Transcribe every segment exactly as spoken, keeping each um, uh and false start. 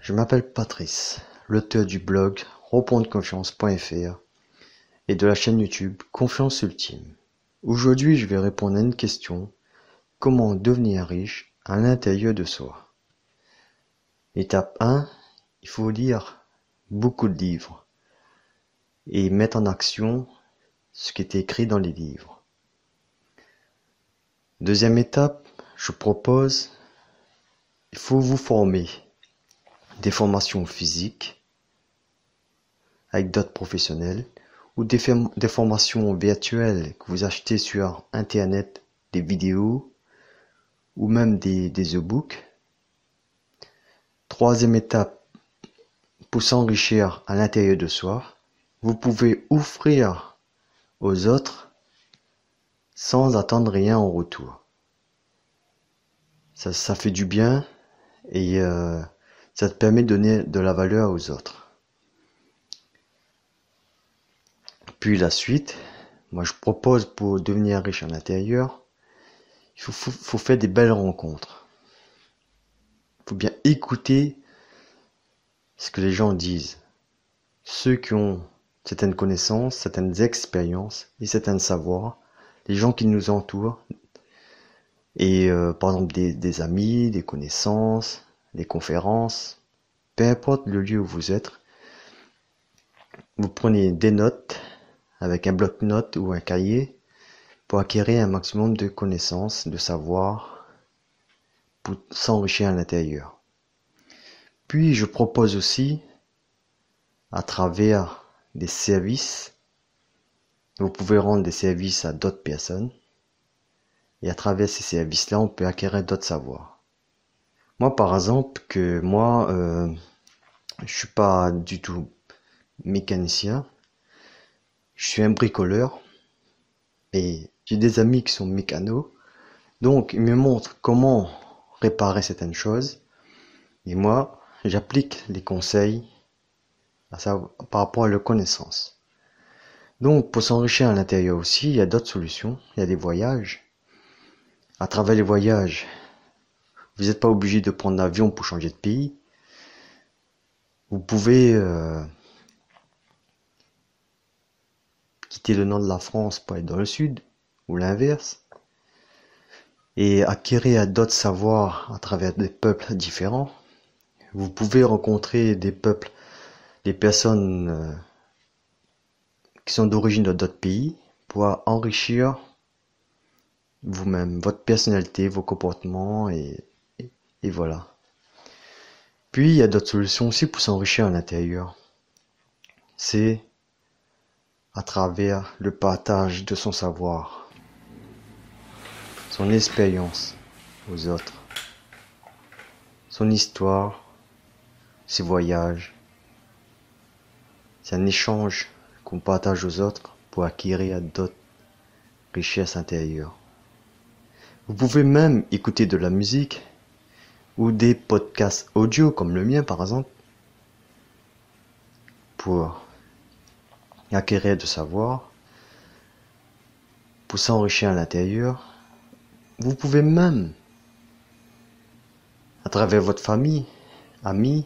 je m'appelle Patrice, l'auteur du blog reprendre confiance point f r et de la chaîne YouTube Confiance Ultime. Aujourd'hui, je vais répondre à une question: comment devenir riche à l'intérieur de soi? Étape un, il faut lire beaucoup de livres et mettre en action ce qui est écrit dans les livres. Deuxième étape, je propose, il faut vous former. Des formations physiques avec d'autres professionnels ou des, des formations virtuelles que vous achetez sur internet, des vidéos ou même des, des e-books. Troisième étape, pour s'enrichir à l'intérieur de soi, vous pouvez offrir aux autres sans attendre rien en retour. Ça, ça fait du bien et euh, ça te permet de donner de la valeur aux autres. Puis la suite, moi je propose pour devenir riche à l'intérieur, il faut, faut, faut faire des belles rencontres. Il faut bien écouter ce que les gens disent. Ceux qui ont certaines connaissances, certaines expériences et certains savoirs, les gens qui nous entourent, et euh, par exemple des, des amis, des connaissances, des conférences, peu importe le lieu où vous êtes, vous prenez des notes avec un bloc-notes ou un cahier pour acquérir un maximum de connaissances, de savoir, pour s'enrichir à l'intérieur. Puis je propose aussi, à travers des services, vous pouvez rendre des services à d'autres personnes, et à travers ces services-là, on peut acquérir d'autres savoirs. Moi, par exemple, que moi, euh, je suis pas du tout mécanicien, je suis un bricoleur, et j'ai des amis qui sont mécanos, donc ils me montrent comment réparer certaines choses, et moi, j'applique les conseils à savoir, par rapport à leurs connaissances. Donc, pour s'enrichir à l'intérieur aussi, il y a d'autres solutions, il y a des voyages. À travers les voyages, vous n'êtes pas obligé de prendre l'avion pour changer de pays. Vous pouvez euh, quitter le nord de la France pour aller dans le sud, ou l'inverse, et acquérir d'autres savoirs à travers des peuples différents. Vous pouvez rencontrer des peuples, des personnes euh, qui sont d'origine de d'autres pays, pour enrichir vous-même, votre personnalité, vos comportements, et, et, et voilà. Puis il y a d'autres solutions aussi pour s'enrichir à l'intérieur. C'est à travers le partage de son savoir, son expérience aux autres, son histoire, ses voyages. C'est un échange qu'on partage aux autres pour acquérir d'autres richesses intérieures. Vous pouvez même écouter de la musique ou des podcasts audio comme le mien par exemple pour acquérir du savoir, pour s'enrichir à l'intérieur. Vous pouvez même, à travers votre famille, amis,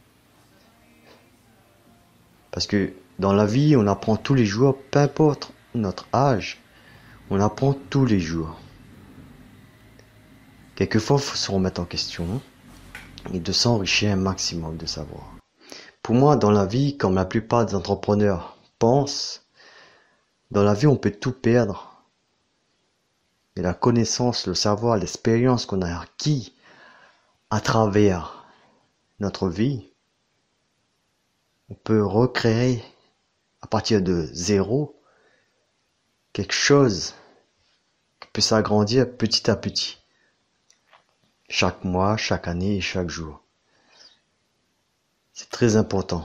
parce que dans la vie, on apprend tous les jours, peu importe notre âge, on apprend tous les jours. Quelquefois, il faut se remettre en question et de s'enrichir un maximum de savoir. Pour moi, dans la vie, comme la plupart des entrepreneurs pensent, dans la vie, on peut tout perdre. Et la connaissance, le savoir, l'expérience qu'on a acquis à travers notre vie, on peut recréer à partir de zéro quelque chose qui peut s'agrandir petit à petit. Chaque mois, chaque année et chaque jour. C'est très important.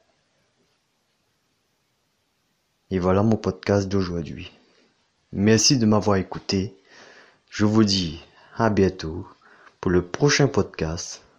Et voilà mon podcast d'aujourd'hui. Merci de m'avoir écouté. Je vous dis à bientôt pour le prochain podcast